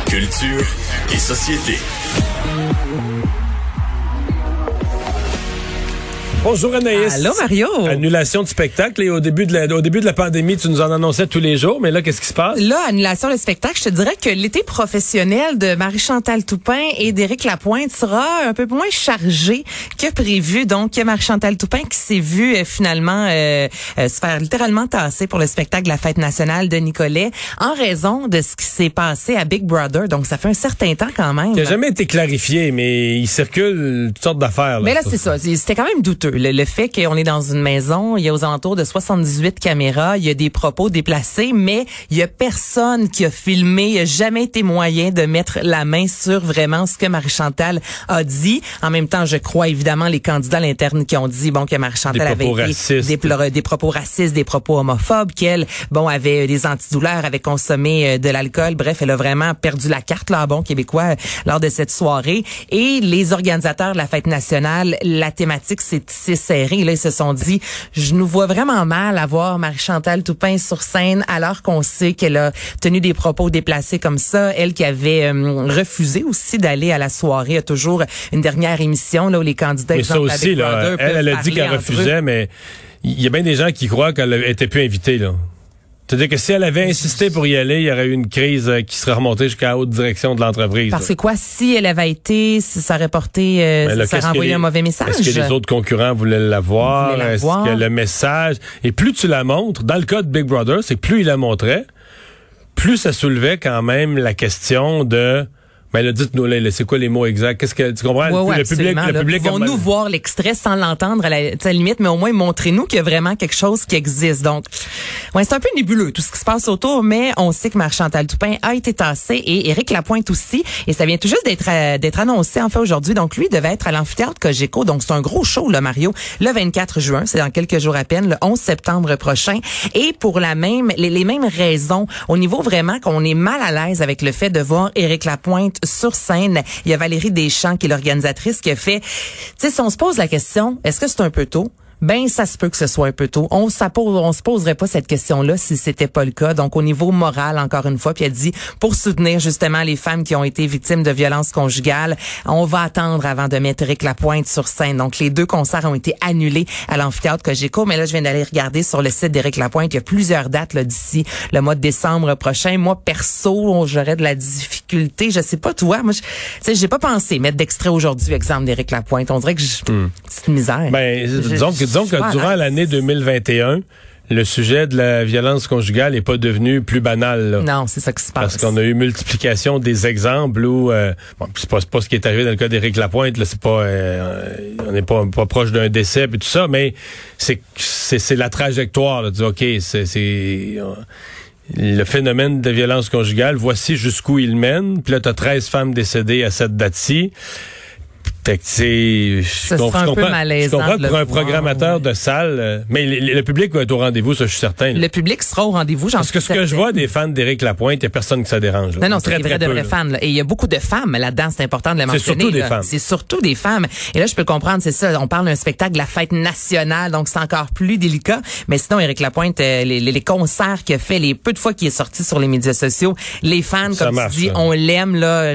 Culture et société. Bonjour Anaïs. Allô Mario. Annulation de spectacle et au début de la pandémie, tu nous en annonçais tous les jours, mais là, qu'est-ce qui se passe? Là, annulation de spectacle, je te dirais que l'été professionnel de Marie-Chantal Toupin et d'Éric Lapointe sera un peu moins chargé que prévu. Donc, Marie-Chantal Toupin qui s'est vue finalement se faire littéralement tasser pour le spectacle de la Fête nationale de Nicolet en raison de ce qui s'est passé à Big Brother. Donc, ça fait un certain temps quand même. Qui n'a jamais été clarifié, mais il circule toutes sortes d'affaires. Mais là, c'est ça. C'était quand même douteux. Le fait qu'on est dans une maison, il y a aux alentours de 78 caméras, il y a des propos déplacés, mais il y a personne qui a filmé, il n'y a jamais été moyen de mettre la main sur vraiment ce que Marie-Chantal a dit. En même temps, je crois évidemment les candidats à l'interne qui ont dit que Marie-Chantal avait des propos racistes, des propos homophobes, qu'elle avait des antidouleurs, avait consommé de l'alcool. Bref, elle a vraiment perdu la carte là, québécois lors de cette soirée. Et les organisateurs de la Fête nationale, la thématique c'est serré. Là, ils se sont dit, je nous vois vraiment mal avoir Marie-Chantal Toupin sur scène alors qu'on sait qu'elle a tenu des propos déplacés comme ça. Elle qui avait refusé aussi d'aller à la soirée, a toujours une dernière émission là où les candidats. Mais ça aussi, là, elle a dit qu'elle refusait, mais il y a bien des gens qui croient qu'elle était plus invitée là. C'est-à-dire que si elle avait insisté pour y aller, il y aurait eu une crise qui serait remontée jusqu'à la haute direction de l'entreprise. Parce que quoi, si elle avait été, ça aurait porté, ça aurait envoyé un mauvais message. Est-ce que les autres concurrents voulaient la voir? Est-ce que le message... Et plus tu la montres, dans le cas de Big Brother, c'est que plus il la montrait, plus ça soulevait quand même la question de... Mais là, dites-nous, là, c'est quoi les mots exacts? Qu'est-ce que tu comprends? Ouais, le public vont-nous voir l'extrait sans l'entendre à la limite, mais au moins montrez-nous qu'il y a vraiment quelque chose qui existe. Donc, c'est un peu nébuleux tout ce qui se passe autour, mais on sait que Marie-Chantal Toupin a été tassée et Éric Lapointe aussi, et ça vient tout juste d'être annoncé en fait aujourd'hui. Donc lui devait être à l'amphithéâtre Cogeco, donc c'est un gros show là, Mario, le 24 juin, c'est dans quelques jours à peine, le 11 septembre prochain, et pour les mêmes raisons, au niveau vraiment qu'on est mal à l'aise avec le fait de voir Éric Lapointe sur scène. Il y a Valérie Deschamps qui est l'organisatrice qui a fait, si on se pose la question, est-ce que c'est un peu tôt? Ben, ça se peut que ce soit un peu tôt. On se poserait pas cette question-là si c'était pas le cas. Donc, au niveau moral, encore une fois, puis elle dit, pour soutenir justement les femmes qui ont été victimes de violences conjugales, on va attendre avant de mettre Éric Lapointe sur scène. Donc, les 2 concerts ont été annulés à l'amphithéâtre Cogeco. Mais là, je viens d'aller regarder sur le site d'Éric Lapointe. Il y a plusieurs dates là d'ici le mois de décembre prochain. Moi, perso, j'aurais de la difficulté. Je sais pas toi. Moi, j'ai pas pensé mettre d'extrait aujourd'hui, exemple d'Éric Lapointe. On dirait que c'est une misère. Ben, disons que durant l'année 2021, le sujet de la violence conjugale n'est pas devenu plus banal. Là. Non, c'est ça qui se passe. Parce qu'on a eu multiplication des exemples où c'est pas ce qui est arrivé dans le cas d'Éric Lapointe. Là, c'est pas on n'est pas proche d'un décès et tout ça, mais c'est la trajectoire. Là, de dire, OK, c'est le phénomène de violence conjugale. Voici jusqu'où il mène. Puis là, t'as 13 femmes décédées à cette date-ci. Fait que je comprends que pour un programmateur de salle, mais le public va être au rendez-vous, ça je suis certain. Là. Le public sera au rendez-vous, j'en suis Parce que ce que je vois des fans d'Éric Lapointe, il y a personne qui ça dérange. Là. Non, c'est des vrais fans. Là. Et il y a beaucoup de femmes là-dedans, c'est important de le mentionner. C'est surtout des femmes. C'est surtout des femmes. Et là, je peux comprendre, c'est ça, on parle d'un spectacle de la Fête nationale, donc c'est encore plus délicat. Mais sinon, Éric Lapointe, les concerts qu'il a fait, les peu de fois qu'il est sorti sur les médias sociaux, les fans, comme tu dis, on l'aime là,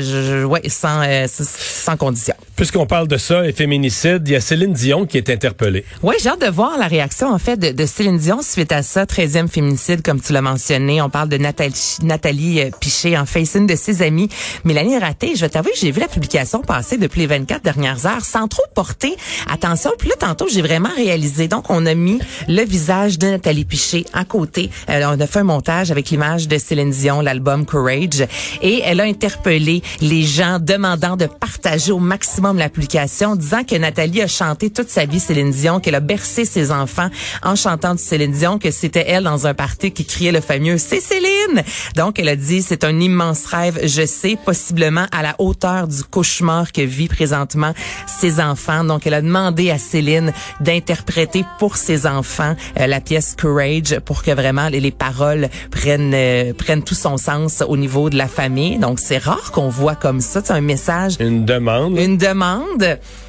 sans condition. Puisqu'on parle de ça, et féminicide, il y a Céline Dion qui est interpellée. Oui, j'ai hâte de voir la réaction, en fait, de Céline Dion suite à ça. 13e féminicide, comme tu l'as mentionné. On parle de Nathalie Piché. En fait, c'est une de ses amies, Mélanie Raté. Je vais t'avouer, j'ai vu la publication passer depuis les 24 dernières heures sans trop porter attention. Puis là, tantôt, j'ai vraiment réalisé. Donc, on a mis le visage de Nathalie Piché à côté. On a fait un montage avec l'image de Céline Dion, l'album Courage. Et elle a interpellé les gens demandant de partager au maximum la publication, disant que Nathalie a chanté toute sa vie Céline Dion, qu'elle a bercé ses enfants en chantant du Céline Dion, que c'était elle dans un party qui criait le fameux « C'est Céline ». Donc, elle a dit « C'est un immense rêve, je sais, possiblement à la hauteur du cauchemar que vit présentement ses enfants ». Donc, elle a demandé à Céline d'interpréter pour ses enfants la pièce Courage pour que vraiment les paroles prennent tout son sens au niveau de la famille. Donc, c'est rare qu'on voit comme ça, c'est un message. Une demande.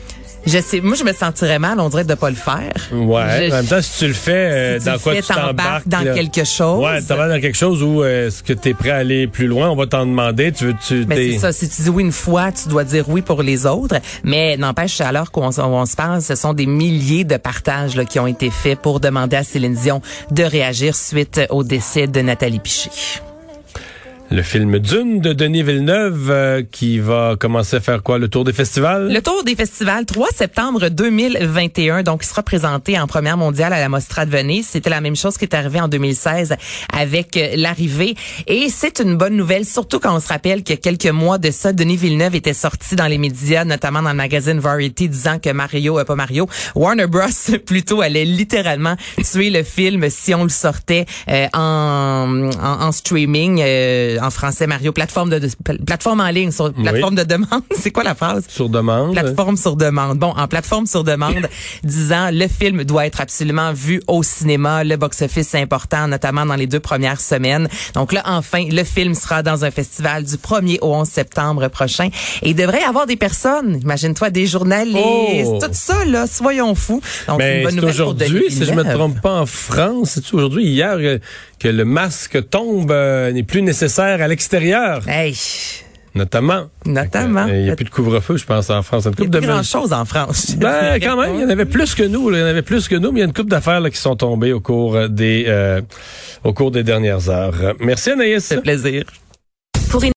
Je sais, moi je me sentirais mal, on dirait de pas le faire. Ouais. En même temps, si tu le fais, si dans tu quoi le tu fais, t'embarques dans quelque chose. Ouais, t'embarques dans quelque chose où est-ce que t'es prêt à aller plus loin, on va t'en demander. Mais c'est ça, si tu dis oui une fois, tu dois dire oui pour les autres. Mais n'empêche, à l'heure qu'on se parle, ce sont des milliers de partages là, qui ont été faits pour demander à Céline Dion de réagir suite au décès de Nathalie Piché. Le film Dune de Denis Villeneuve qui va commencer à faire quoi? Le tour des festivals? Le tour des festivals, 3 septembre 2021. Donc, il sera présenté en première mondiale à la Mostra de Venise. C'était la même chose qui est arrivée en 2016 avec l'arrivée. Et c'est une bonne nouvelle, surtout quand on se rappelle qu'il y a quelques mois de ça, Denis Villeneuve était sorti dans les médias, notamment dans le magazine Variety, disant que Warner Bros. Plutôt allait littéralement tuer le film si on le sortait en streaming. En français, Mario, plateforme en ligne, sur plateforme de demande. C'est quoi la phrase? Sur demande. Plateforme sur demande. Bon, en plateforme sur demande, disant le film doit être absolument vu au cinéma. Le box-office est important, notamment dans les 2 premières semaines. Donc là, enfin, le film sera dans un festival du 1er au 11 septembre prochain. Et il devrait y avoir des personnes, imagine-toi, des journalistes, tout ça, là, soyons fous. Donc, mais c'est une bonne nouvelle pour Denis aujourd'hui, si je me Villeneuve. trompe pas, en France, c'est aujourd'hui, hier, que le masque tombe n'est plus nécessaire à l'extérieur. Hey. Notamment. Il n'y a plus de couvre-feu, je pense, en France. Il n'y a plus grand-chose en France. Ben, quand même, il y en avait plus que nous. Là. Il y en avait plus que nous, mais il y a une couple d'affaires là, qui sont tombées au cours des dernières heures. Merci, Anaïs. C'est plaisir.